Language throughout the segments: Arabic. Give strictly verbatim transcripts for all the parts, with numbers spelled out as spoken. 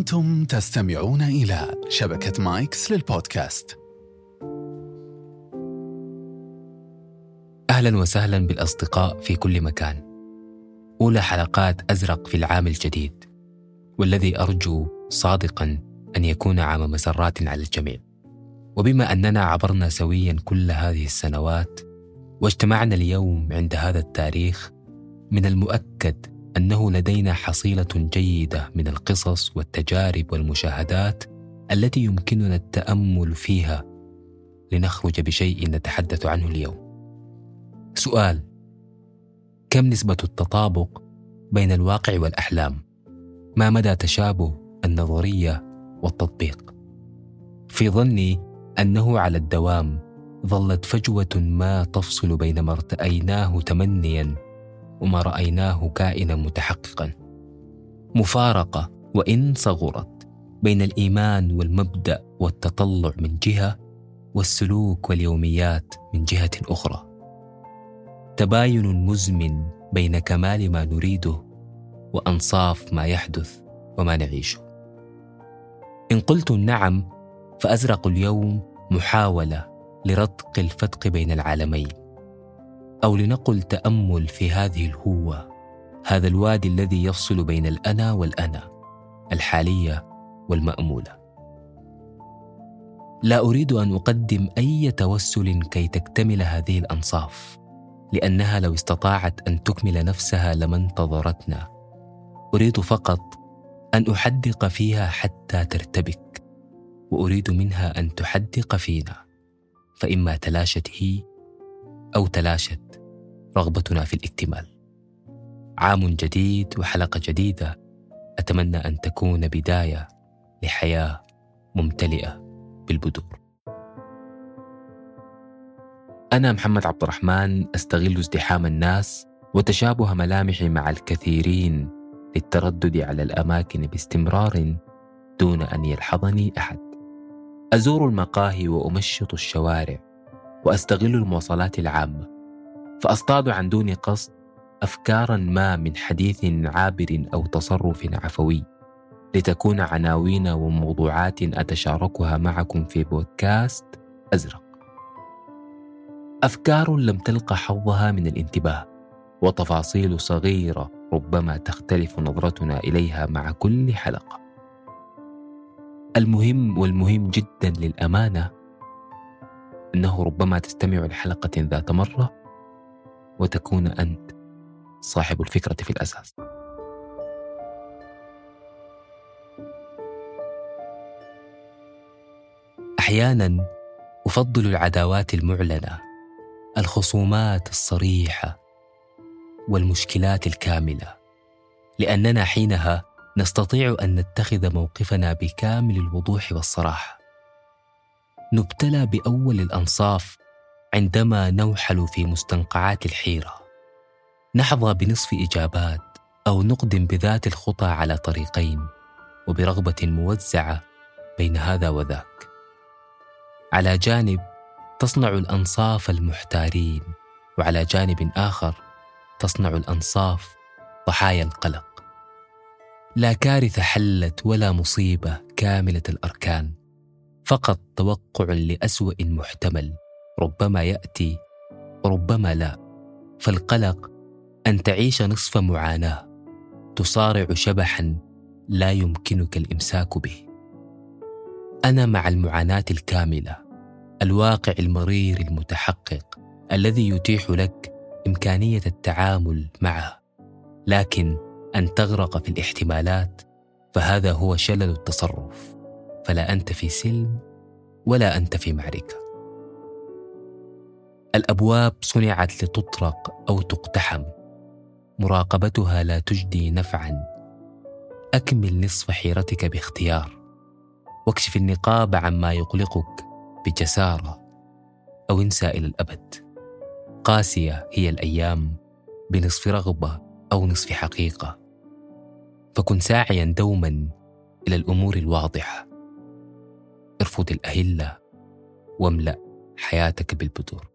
أنتم تستمعون إلى شبكة مايكس للبودكاست. أهلا وسهلا بالأصدقاء في كل مكان. أولى حلقات أزرق في العام الجديد، والذي أرجو صادقا أن يكون عام مسرات على الجميع. وبما أننا عبرنا سويا كل هذه السنوات واجتمعنا اليوم عند هذا التاريخ، من المؤكد أنه لدينا حصيلة جيدة من القصص والتجارب والمشاهدات التي يمكننا التأمل فيها لنخرج بشيء نتحدث عنه اليوم. سؤال: كم نسبة التطابق بين الواقع والأحلام؟ ما مدى تشابه النظرية والتطبيق؟ في ظني أنه على الدوام ظلت فجوة ما تفصل بين ما ارتأيناه تمنياً وما رأيناه كائناً متحققاً، مفارقة وإن صغرت بين الإيمان والمبدأ والتطلع من جهة، والسلوك واليوميات من جهة أخرى، تباين مزمن بين كمال ما نريده وأنصاف ما يحدث وما نعيشه. إن قلت نعم، فأزرق اليوم محاولة لرتق الفتق بين العالمين، أو لنقل تأمل في هذه الهوة، هذا الوادي الذي يفصل بين الأنا والأنا، الحالية والمأمولة. لا أريد أن أقدم أي توسل كي تكتمل هذه الأنصاف، لأنها لو استطاعت أن تكمل نفسها لما انتظرتنا. أريد فقط أن أحدق فيها حتى ترتبك، وأريد منها أن تحدق فينا، فإما تلاشت هي أو تلاشت رغبتنا في الاكتمال. عام جديد وحلقة جديدة، أتمنى أن تكون بداية لحياة ممتلئة بالبذور. أنا محمد عبد الرحمن، أستغل ازدحام الناس وتشابه ملامحي مع الكثيرين للتردد على الأماكن باستمرار دون أن يلحظني أحد. أزور المقاهي وأمشط الشوارع، وأستغل المواصلات العامة، فأصطاد عن دون قصد أفكاراً ما من حديث عابر أو تصرف عفوي، لتكون عناوين وموضوعات أتشاركها معكم في بودكاست أزرق. أفكار لم تلقى حظها من الانتباه، وتفاصيل صغيرة ربما تختلف نظرتنا إليها مع كل حلقة. المهم والمهم جداً للأمانة أنه ربما تستمع لحلقة ذات مرة وتكون أنت صاحب الفكرة في الأساس. أحياناً أفضل العداوات المعلنة، الخصومات الصريحة والمشكلات الكاملة، لأننا حينها نستطيع أن نتخذ موقفنا بكامل الوضوح والصراحة. نبتلى بأول الأنصاف عندما نوحل في مستنقعات الحيرة، نحظى بنصف إجابات، أو نقدم بذات الخطى على طريقين وبرغبة موزعة بين هذا وذاك. على جانب تصنع الأنصاف المحتارين، وعلى جانب آخر تصنع الأنصاف ضحايا القلق. لا كارثة حلت ولا مصيبة كاملة الأركان، فقط توقع لأسوأ محتمل ربما يأتي وربما لا. فالقلق أن تعيش نصف معاناة، تصارع شبحاً لا يمكنك الإمساك به. أنا مع المعاناة الكاملة، الواقع المرير المتحقق الذي يتيح لك إمكانية التعامل معه، لكن أن تغرق في الاحتمالات فهذا هو شلل التصرف، فلا أنت في سلم ولا أنت في معركة. الأبواب صنعت لتطرق أو تقتحم، مراقبتها لا تجدي نفعاً. أكمل نصف حيرتك باختيار، واكشف النقاب عما يقلقك بجسارة، أو انسى إلى الأبد. قاسية هي الأيام بنصف رغبة أو نصف حقيقة، فكن ساعياً دوماً إلى الأمور الواضحة. ارفض الأهلة واملأ حياتك بالبذور.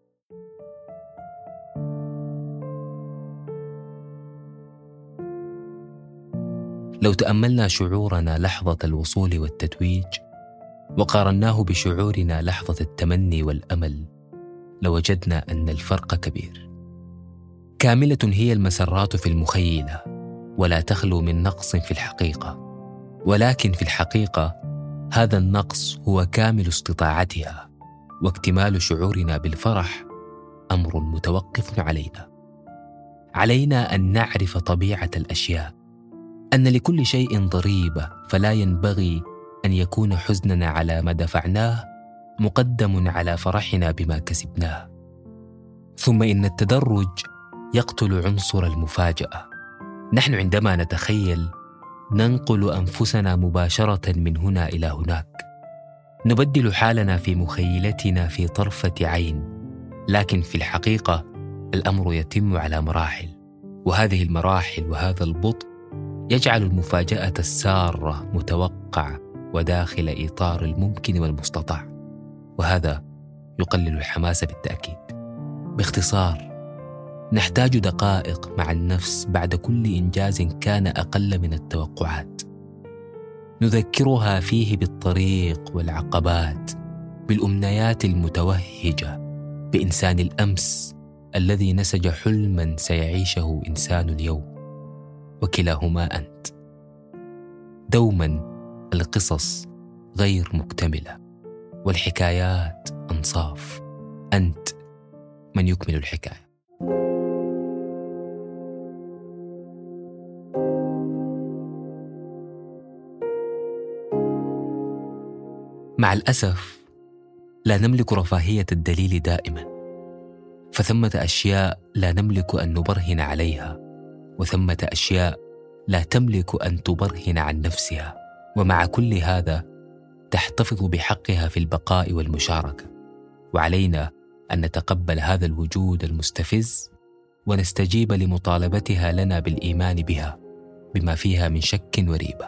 لو تأملنا شعورنا لحظة الوصول والتتويج وقارناه بشعورنا لحظة التمني والأمل، لوجدنا أن الفرق كبير. كاملة هي المسرات في المخيلة، ولا تخلو من نقص في الحقيقة، ولكن في الحقيقة هذا النقص هو كامل استطاعتها، واكتمال شعورنا بالفرح أمر متوقف علينا. علينا أن نعرف طبيعة الأشياء، أن لكل شيء ضريبة، فلا ينبغي أن يكون حزننا على ما دفعناه مقدم على فرحنا بما كسبناه. ثم إن التدرج يقتل عنصر المفاجأة. نحن عندما نتخيل ننقل أنفسنا مباشرة من هنا إلى هناك، نبدل حالنا في مخيلتنا في طرفة عين، لكن في الحقيقة الأمر يتم على مراحل، وهذه المراحل وهذا البطء يجعل المفاجأة السارة متوقعة وداخل إطار الممكن والمستطاع، وهذا يقلل الحماس بالتأكيد. باختصار، نحتاج دقائق مع النفس بعد كل إنجاز كان أقل من التوقعات، نذكرها فيه بالطريق والعقبات، بالأمنيات المتوهجة، بإنسان الأمس الذي نسج حلما سيعيشه إنسان اليوم، وكلاهما أنت. دوما القصص غير مكتملة والحكايات أنصاف، أنت من يكمل الحكاية. مع الأسف لا نملك رفاهية الدليل دائما، فثمة أشياء لا نملك أن نبرهن عليها، وثمة أشياء لا تملك أن تبرهن عن نفسها، ومع كل هذا تحتفظ بحقها في البقاء والمشاركة. وعلينا أن نتقبل هذا الوجود المستفز ونستجيب لمطالبتها لنا بالإيمان بها بما فيها من شك وريبة.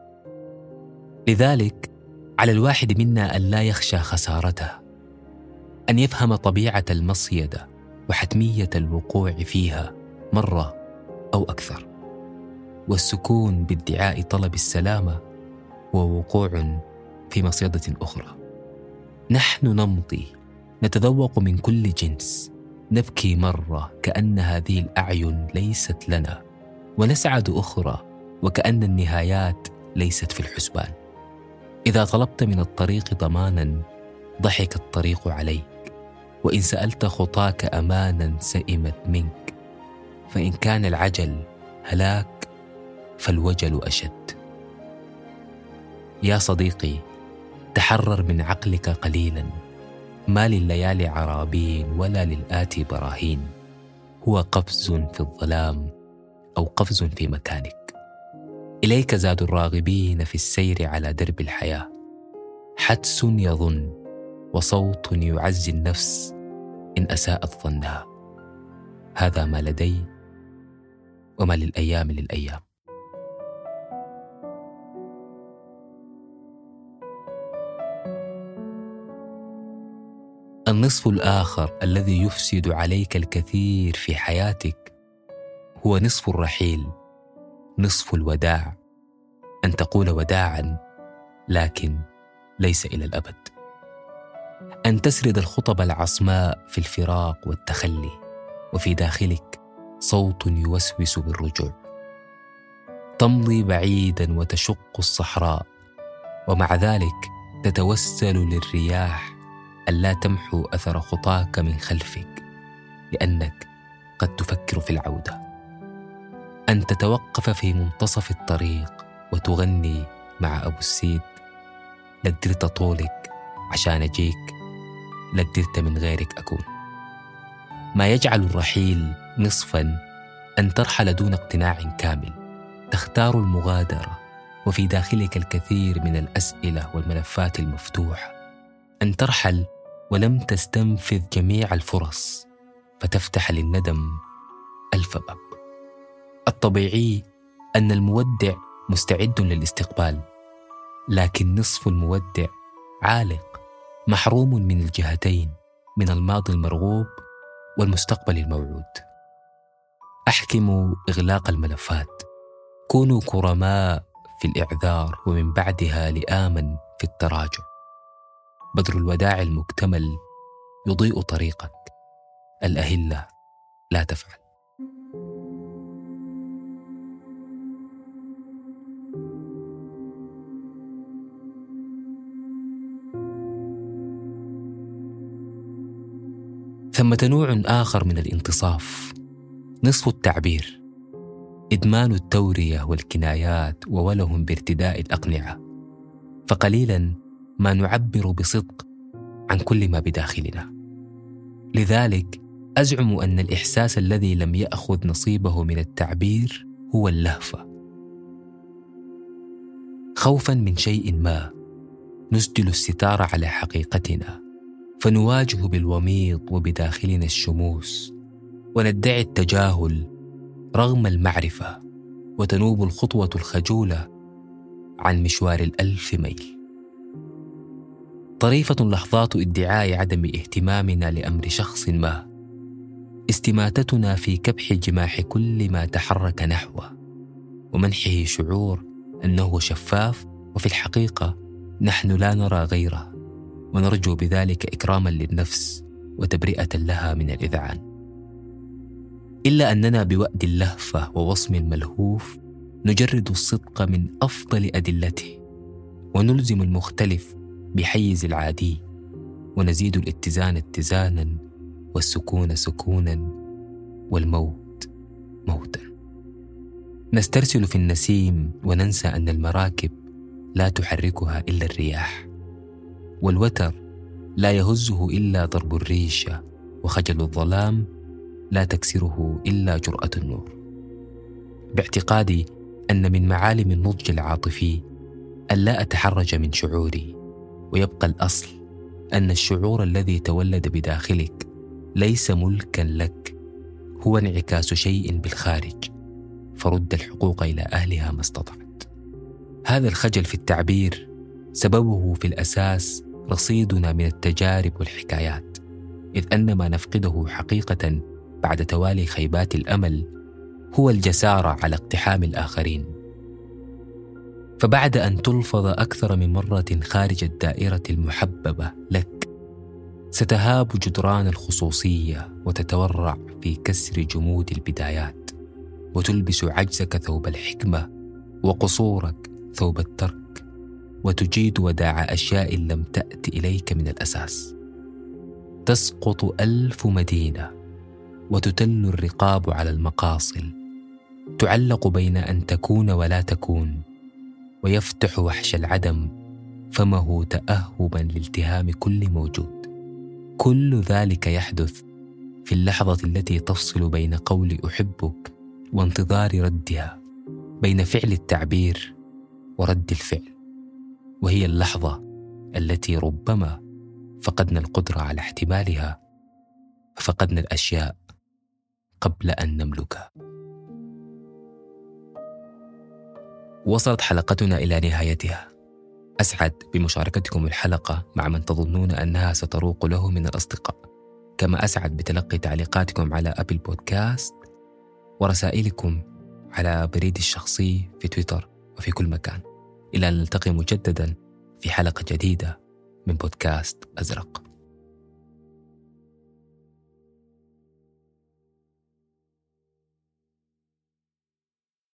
لذلك على الواحد منا أن لا يخشى خسارتها، أن يفهم طبيعة المصيدة وحتمية الوقوع فيها مرة أو أكثر، والسكون بادعاء طلب السلامة هو وقوع في مصيدة أخرى. نحن نمضي، نتذوق من كل جنس، نبكي مرة كأن هذه الأعين ليست لنا، ونسعد أخرى وكأن النهايات ليست في الحسبان. إذا طلبت من الطريق ضمانا ضحك الطريق عليك، وإن سألت خطاك أمانا سئمت منك، فإن كان العجل هلاك فالوجل أشد. يا صديقي، تحرر من عقلك قليلا، ما لليالي عرابين ولا للآتي براهين، هو قفز في الظلام أو قفز في مكانك. إليك زاد الراغبين في السير على درب الحياة، حدس يظن وصوت يعزي النفس إن أساءت ظنها. هذا ما لدي وما للأيام للأيام. النصف الآخر الذي يفسد عليك الكثير في حياتك هو نصف الرحيل، نصف الوداع، أن تقول وداعا لكن ليس إلى الأبد، أن تسرد الخطب العصماء في الفراق والتخلي، وفي داخلك صوت يوسوس بالرجوع. تمضي بعيدا وتشق الصحراء، ومع ذلك تتوسل للرياح ألا تمحو أثر خطاك من خلفك، لأنك قد تفكر في العودة. أن تتوقف في منتصف الطريق وتغني مع أبو السيد: لقدرت طولك عشان أجيك، لقدرت من غيرك أكون. ما يجعل الرحيل نصفا أن ترحل دون اقتناع كامل، تختار المغادرة وفي داخلك الكثير من الأسئلة والملفات المفتوحة. أن ترحل ولم تستنفذ جميع الفرص، فتفتح للندم ألف باب. الطبيعي أن المودع مستعد للاستقبال، لكن نصف المودع عالق، محروم من الجهتين، من الماضي المرغوب والمستقبل الموعود. أحكم إغلاق الملفات، كونوا كرماء في الإعذار ومن بعدها لآما في التراجع. بدر الوداع المكتمل يضيء طريقك، الأهلة لا تفعل. ثمة نوع آخر من الانتصاف، نصف التعبير، إدمان التورية والكنايات وولهم بارتداء الأقنعة، فقليلا ما نعبر بصدق عن كل ما بداخلنا. لذلك أزعم أن الإحساس الذي لم يأخذ نصيبه من التعبير هو اللهفة. خوفا من شيء ما نسدل الستار على حقيقتنا، فنواجه بالوميض وبداخلنا الشموس، وندعي التجاهل رغم المعرفة، وتنوب الخطوة الخجولة عن مشوار الألف ميل. طريفة لحظات ادعاء عدم اهتمامنا لأمر شخص ما، استماتتنا في كبح جماح كل ما تحرك نحوه، ومنحه شعور أنه شفاف، وفي الحقيقة نحن لا نرى غيره، ونرجو بذلك إكراما للنفس وتبرئة لها من الإذعان. إلا أننا بوأد اللهفة ووصم الملهوف نجرد الصدق من أفضل أدلته، ونلزم المختلف بحيز العادي، ونزيد الاتزان اتزانا، والسكون سكونا، والموت موتا. نسترسل في النسيم وننسى أن المراكب لا تحركها إلا الرياح، والوتر لا يهزه إلا ضرب الريشة، وخجل الظلام لا تكسره إلا جرأة النور. باعتقادي أن من معالم النضج العاطفي ألا أتحرج من شعوري، ويبقى الأصل أن الشعور الذي تولد بداخلك ليس ملكا لك، هو انعكاس شيء بالخارج، فرد الحقوق إلى أهلها ما استطعت. هذا الخجل في التعبير سببه في الأساس رصيدنا من التجارب والحكايات، إذ أن ما نفقده حقيقة بعد توالي خيبات الأمل هو الجسارة على اقتحام الآخرين. فبعد أن تلفظ أكثر من مرة خارج الدائرة المحببة لك، ستهاب جدران الخصوصية وتتورع في كسر جمود البدايات، وتلبس عجزك ثوب الحكمة وقصورك ثوب الترك، وتجيد وداع أشياء لم تأت إليك من الأساس. تسقط ألف مدينة وتتل الرقاب على المقاصل، تعلق بين أن تكون ولا تكون، ويفتح وحش العدم فمه تأهبا لالتهام كل موجود. كل ذلك يحدث في اللحظة التي تفصل بين قول أحبك وانتظار ردها، بين فعل التعبير ورد الفعل، وهي اللحظة التي ربما فقدنا القدرة على احتمالها، ففقدنا الأشياء قبل أن نملكها. وصلت حلقتنا إلى نهايتها. أسعد بمشاركتكم الحلقة مع من تظنون أنها ستروق له من الأصدقاء، كما أسعد بتلقي تعليقاتكم على أبل بودكاست ورسائلكم على بريدي الشخصي في تويتر وفي كل مكان. إلى أن نلتقي مجددا في حلقة جديدة من بودكاست أزرق.